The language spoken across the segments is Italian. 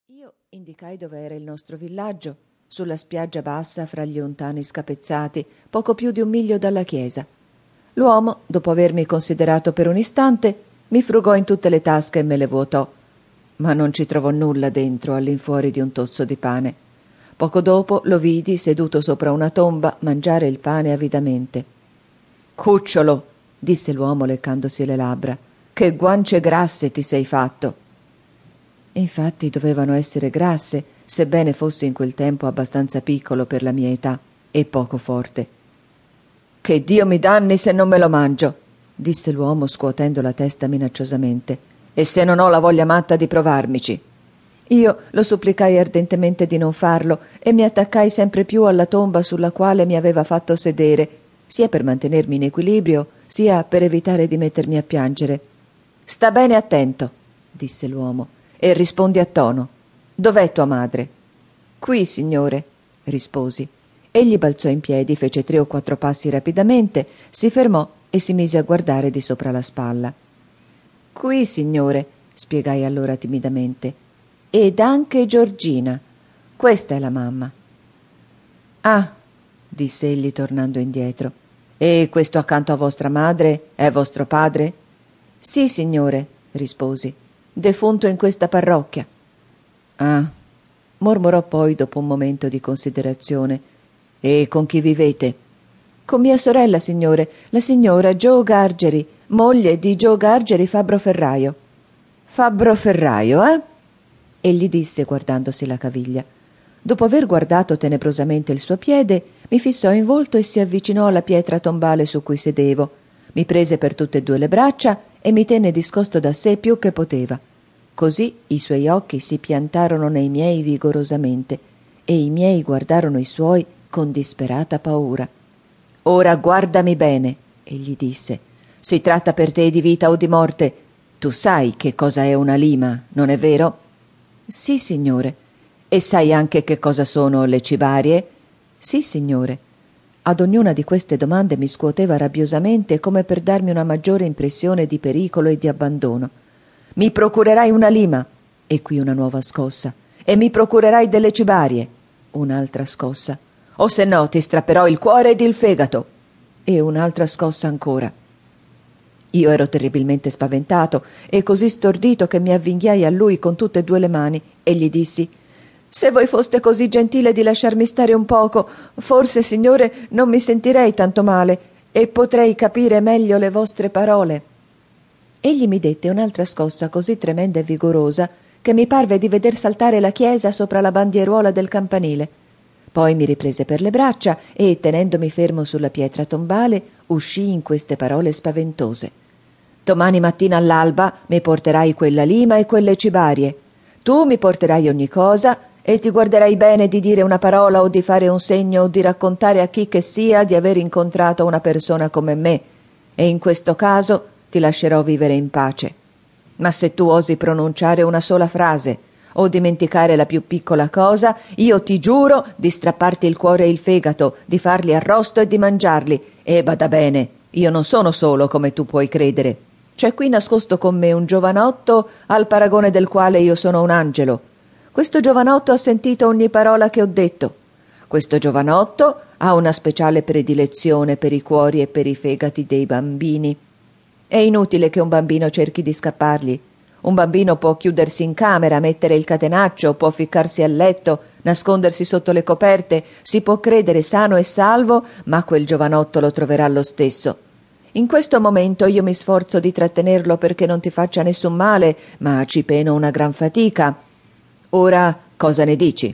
Io indicai dove era il nostro villaggio, sulla spiaggia bassa fra gli ontani scapezzati, poco più di 1 miglio dalla chiesa. L'uomo, dopo avermi considerato per un istante, mi frugò in tutte le tasche e me le vuotò, ma non ci trovò nulla dentro all'infuori di un tozzo di pane. Poco dopo lo vidi seduto sopra una tomba mangiare il pane avidamente. «Cucciolo», disse l'uomo leccandosi le labbra, «che guance grasse ti sei fatto!» Infatti dovevano essere grasse, sebbene fossi in quel tempo abbastanza piccolo per la mia età e poco forte. «Che Dio mi danni se non me lo mangio», disse l'uomo scuotendo la testa minacciosamente, «e se non ho la voglia matta di provarmici». Io lo supplicai ardentemente di non farlo e mi attaccai sempre più alla tomba sulla quale mi aveva fatto sedere, sia per mantenermi in equilibrio, sia per evitare di mettermi a piangere. «Sta bene attento», disse l'uomo, «e rispondi a tono. Dov'è tua madre?» «Qui, signore», risposi. Egli balzò in piedi, fece 3 o 4 passi rapidamente, si fermò e si mise a guardare di sopra la spalla. «Qui, signore», spiegai allora timidamente, «ed anche Giorgina. Questa è la mamma». «Ah», disse egli tornando indietro, «e questo accanto a vostra madre è vostro padre?» «Sì, signore», risposi, «defunto in questa parrocchia». «Ah», mormorò poi dopo un momento di considerazione, «e con chi vivete?» «Con mia sorella, signore, la signora Gio Gargeri, moglie di Gio Gargeri, fabbro ferraio». «Fabbro ferraio, eh?» egli disse guardandosi la caviglia. Dopo aver guardato tenebrosamente il suo piede, mi fissò in volto e si avvicinò alla pietra tombale su cui sedevo. Mi prese per tutte e 2 le braccia e mi tenne discosto da sé più che poteva. Così i suoi occhi si piantarono nei miei vigorosamente e i miei guardarono i suoi con disperata paura. «Ora guardami bene», egli disse. «Si tratta per te di vita o di morte. Tu sai che cosa è una lima, non è vero?» «Sì, signore». «E sai anche che cosa sono le cibarie?» «Sì, signore». Ad ognuna di queste domande mi scuoteva rabbiosamente come per darmi una maggiore impressione di pericolo e di abbandono. «Mi procurerai una lima», e qui una nuova scossa, «e mi procurerai delle cibarie», un'altra scossa, «o se no ti strapperò il cuore ed il fegato», e un'altra scossa ancora. Io ero terribilmente spaventato e così stordito che mi avvinghiai a lui con tutte e 2 le mani e gli dissi: «Se voi foste così gentile di lasciarmi stare un poco, forse, signore, non mi sentirei tanto male e potrei capire meglio le vostre parole». Egli mi dette un'altra scossa così tremenda e vigorosa che mi parve di veder saltare la chiesa sopra la bandieruola del campanile. Poi mi riprese per le braccia e, tenendomi fermo sulla pietra tombale, uscì in queste parole spaventose: «Domani mattina all'alba mi porterai quella lima e quelle cibarie. Tu mi porterai ogni cosa e ti guarderai bene di dire una parola o di fare un segno o di raccontare a chi che sia di aver incontrato una persona come me, e in questo caso ti lascerò vivere in pace. Ma se tu osi pronunciare una sola frase o dimenticare la più piccola cosa, io ti giuro di strapparti il cuore e il fegato, di farli arrosto e di mangiarli. E bada bene, io non sono solo come tu puoi credere. C'è qui nascosto con me un giovanotto al paragone del quale io sono un angelo. Questo giovanotto ha sentito ogni parola che ho detto. Questo giovanotto ha una speciale predilezione per i cuori e per i fegati dei bambini. È inutile che un bambino cerchi di scappargli. Un bambino può chiudersi in camera, mettere il catenaccio, può ficcarsi a letto, nascondersi sotto le coperte, si può credere sano e salvo, ma quel giovanotto lo troverà lo stesso. In questo momento io mi sforzo di trattenerlo perché non ti faccia nessun male, ma ci peno una gran fatica. Ora cosa ne dici?»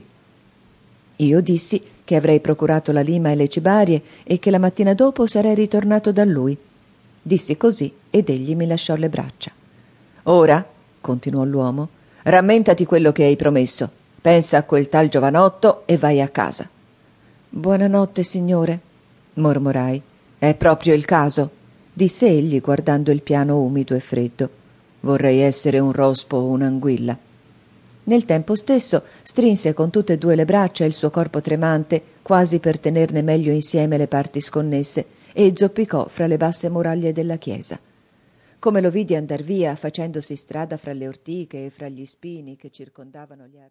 Io dissi che avrei procurato la lima e le cibarie e che la mattina dopo sarei ritornato da lui. Dissi così ed egli mi lasciò le braccia. «Ora», continuò l'uomo, «rammentati quello che hai promesso. Pensa a quel tal giovanotto e vai a casa». «Buonanotte, signore», mormorai. «È proprio il caso», disse egli guardando il piano umido e freddo. «Vorrei essere un rospo o un'anguilla». Nel tempo stesso strinse con tutte e 2 le braccia il suo corpo tremante, quasi per tenerne meglio insieme le parti sconnesse, e zoppicò fra le basse muraglie della chiesa. Come lo vidi andar via, facendosi strada fra le ortiche e fra gli spini che circondavano gli arti.